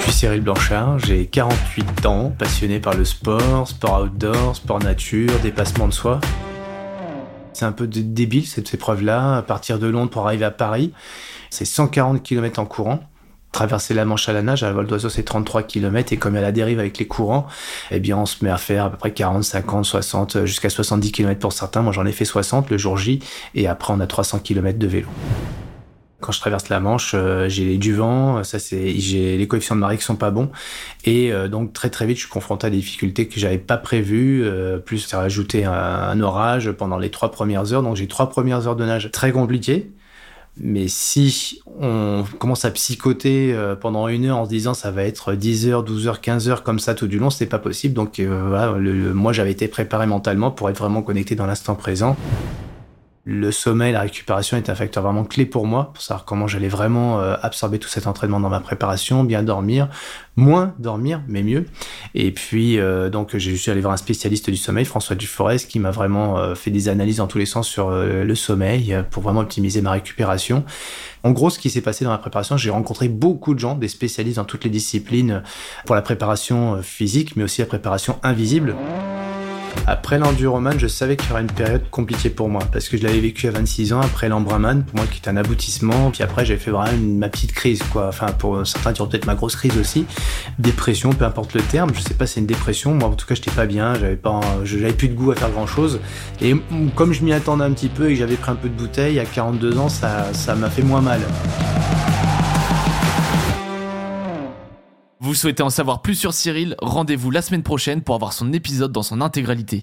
Je suis Cyril Blanchard, j'ai 48 ans, passionné par le sport outdoor, sport nature, dépassement de soi. C'est un peu débile cette épreuve-là, à partir de Londres pour arriver à Paris. C'est 140 km en courant. Traverser la Manche à la nage, à vol d'oiseau, c'est 33 km. Et comme il y a la dérive avec les courants, eh bien, on se met à faire à peu près 40, 50, 60, jusqu'à 70 km pour certains. Moi, j'en ai fait 60 le jour J. Et après, on a 300 km de vélo. Quand je traverse la Manche, j'ai du vent, j'ai les coefficients de marée qui sont pas bons. Et donc, très très vite, je suis confronté à des difficultés que j'avais pas prévues. Plus, ça a rajouté un orage pendant les 3 premières heures. Donc, j'ai 3 premières heures de nage très compliquées. Mais si on commence à psychoter pendant 1 heure en se disant ça va être 10 heures, 12 heures, 15 heures comme ça tout du long, c'est pas possible. Donc voilà, moi j'avais été préparé mentalement pour être vraiment connecté dans l'instant présent. Le sommeil, la récupération est un facteur vraiment clé pour moi, pour savoir comment j'allais vraiment absorber tout cet entraînement dans ma préparation, bien dormir, moins dormir, mais mieux. Et puis, donc, je suis allé voir un spécialiste du sommeil, François Duforest, qui m'a vraiment fait des analyses dans tous les sens sur le sommeil pour vraiment optimiser ma récupération. En gros, ce qui s'est passé dans la préparation, j'ai rencontré beaucoup de gens, des spécialistes dans toutes les disciplines pour la préparation physique, mais aussi la préparation invisible. Après l'Enduroman, je savais qu'il y aurait une période compliquée pour moi, parce que je l'avais vécu à 26 ans, après l'Embrunman, pour moi qui est un aboutissement, puis après j'ai fait vraiment ma petite crise, quoi. Enfin, pour certains, diront peut-être ma grosse crise aussi. Dépression, peu importe le terme, je sais pas si c'est une dépression, moi en tout cas j'étais pas bien, j'avais plus de goût à faire grand chose, et comme je m'y attendais un petit peu et que j'avais pris un peu de bouteille, à 42 ans, ça m'a fait moins mal. Vous souhaitez en savoir plus sur Cyril ? Rendez-vous la semaine prochaine pour avoir son épisode dans son intégralité.